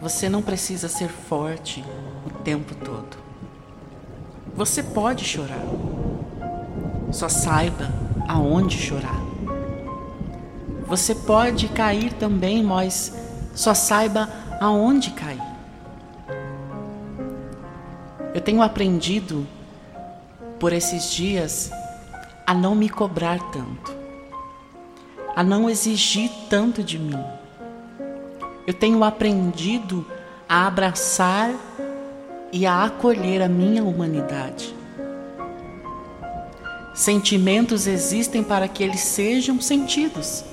Você não precisa ser forte o tempo todo. Você pode chorar. Só saiba aonde chorar. Você pode cair também, mas só saiba aonde cair. Eu tenho aprendido por esses dias a não me cobrar tanto, a não exigir tanto de mim. Eu tenho aprendido a abraçar e a acolher a minha humanidade. Sentimentos existem para que eles sejam sentidos.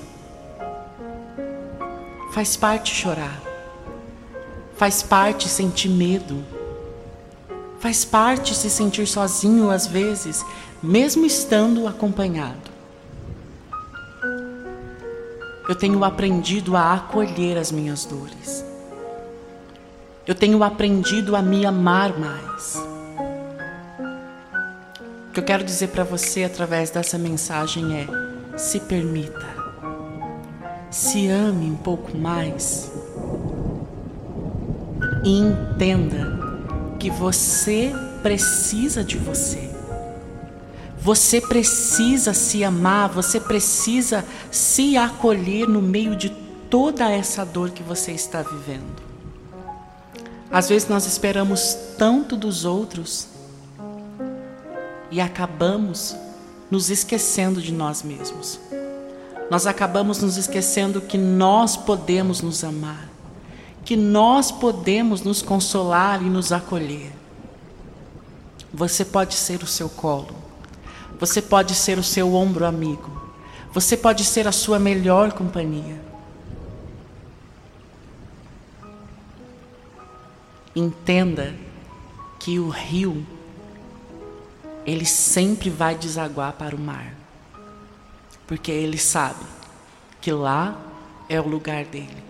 Faz parte chorar. Faz parte sentir medo. Faz parte se sentir sozinho às vezes, mesmo estando acompanhado. Eu tenho aprendido a acolher as minhas dores. Eu tenho aprendido a me amar mais. O que eu quero dizer para você através dessa mensagem é: se permita. Se ame um pouco mais. E entenda que você precisa de você. Você precisa se amar, você precisa se acolher no meio de toda essa dor que você está vivendo. Às vezes nós esperamos tanto dos outros e acabamos nos esquecendo de nós mesmos. Nós acabamos nos esquecendo que nós podemos nos amar, que nós podemos nos consolar e nos acolher. Você pode ser o seu colo. Você pode ser o seu ombro amigo. Você pode ser a sua melhor companhia. Entenda que o rio, ele sempre vai desaguar para o mar. Porque ele sabe que lá é o lugar dele.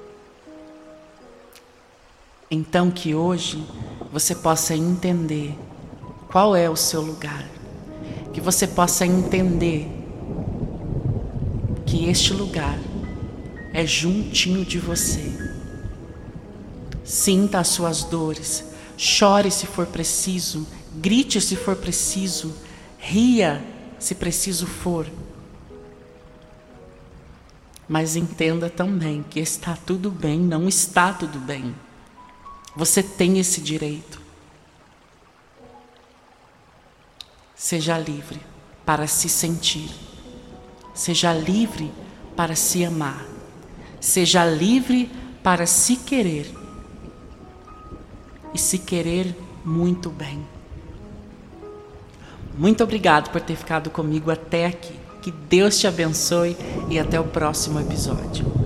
Então que hoje você possa entender qual é o seu lugar. Que você possa entender que este lugar é juntinho de você. Sinta as suas dores, chore se for preciso, grite se for preciso, ria se preciso for. Mas entenda também que está tudo bem, não está tudo bem. Você tem esse direito. Seja livre para se sentir. Seja livre para se amar. Seja livre para se querer. E se querer muito bem. Muito obrigado por ter ficado comigo até aqui. Que Deus te abençoe e até o próximo episódio.